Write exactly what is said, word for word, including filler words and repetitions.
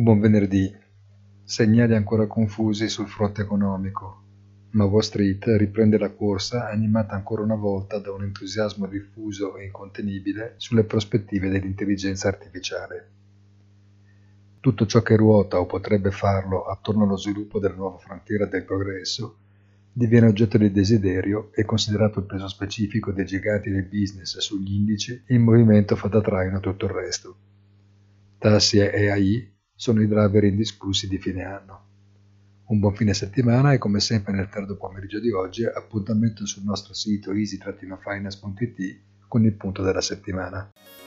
Buon venerdì. Segnali ancora confusi sul fronte economico, ma Wall Street riprende la corsa animata ancora una volta da un entusiasmo diffuso e incontenibile sulle prospettive dell'intelligenza artificiale. Tutto ciò che ruota o potrebbe farlo attorno allo sviluppo della nuova frontiera del progresso diviene oggetto di desiderio e considerato il peso specifico dei giganti del business sugli indici, il movimento fa da traino a tutto il resto. Tassi e A I sono i driver indiscussi di fine anno. Un buon fine settimana e come sempre nel tardo pomeriggio di oggi appuntamento sul nostro sito easy finance punto it con il punto della settimana.